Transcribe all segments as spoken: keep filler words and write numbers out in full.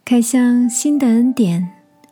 开箱新的恩典。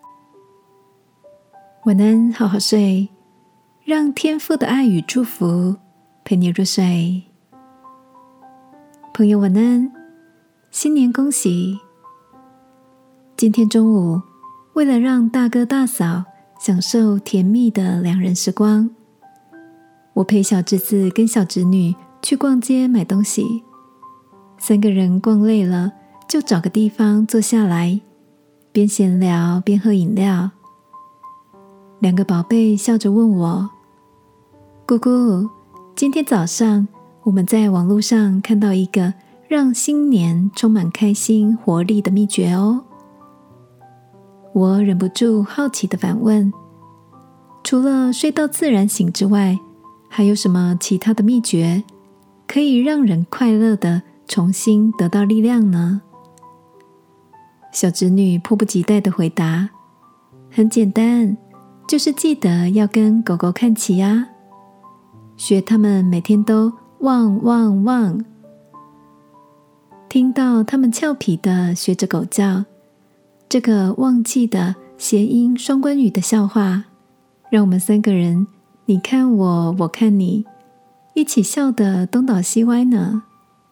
晚安，好好睡，让天父的爱与祝福陪你入睡。朋友晚安，新年恭喜！今天中午，为了让大哥大嫂享受甜蜜的两人时光，我陪小侄子跟小侄女去逛街买东西。三个人逛累了，就找个地方坐下来，边闲聊边喝饮料。两个宝贝笑着问我：姑姑，今天早上我们在网络上看到一个让新年充满开心活力的秘诀哦。我忍不住好奇地反问：除了睡到自然醒之外，还有什么其他的秘诀可以让人快乐地重新得到力量呢？小侄女迫不及待地回答：很简单，就是记得要跟狗狗看齐啊，学它们每天都汪汪汪。听到它们俏皮地学着狗叫，这个忘记的谐音双关语的笑话，让我们三个人你看我，我看你，一起笑得东倒西歪呢。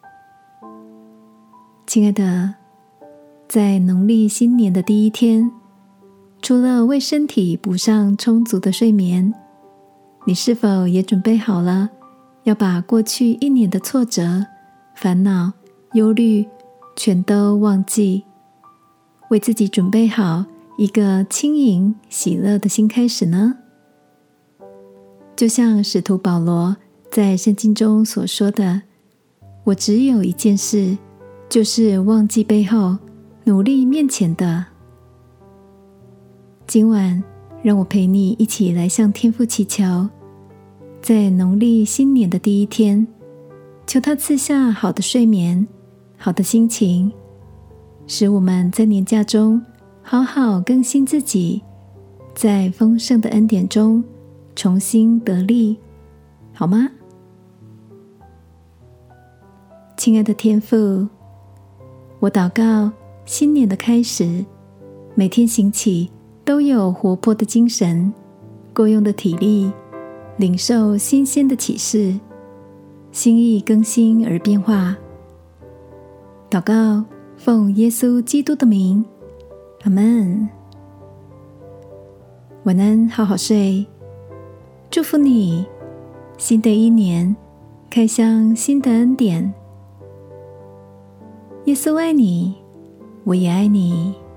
亲爱的，在农历新年的第一天，除了为身体补上充足的睡眠，你是否也准备好了要把过去一年的挫折、烦恼、忧虑全都忘记，为自己准备好一个轻盈喜乐的新开始呢？就像使徒保罗在圣经中所说的：我只有一件事，就是忘记背后，努力面前的。今晚让我陪你一起来向天父祈求，在农历新年的第一天，求他赐下好的睡眠，好的心情，使我们在年假中好好更新自己，在丰盛的恩典中重新得力，好吗？亲爱的天父，我祷告新年的开始，每天醒起都有活泼的精神，够用的体力，领受新鲜的启示，心意更新而变化。祷告奉耶稣基督的名，阿们。晚安，好好睡，祝福你，新的一年开箱新的恩典。耶稣爱你，我也爱你。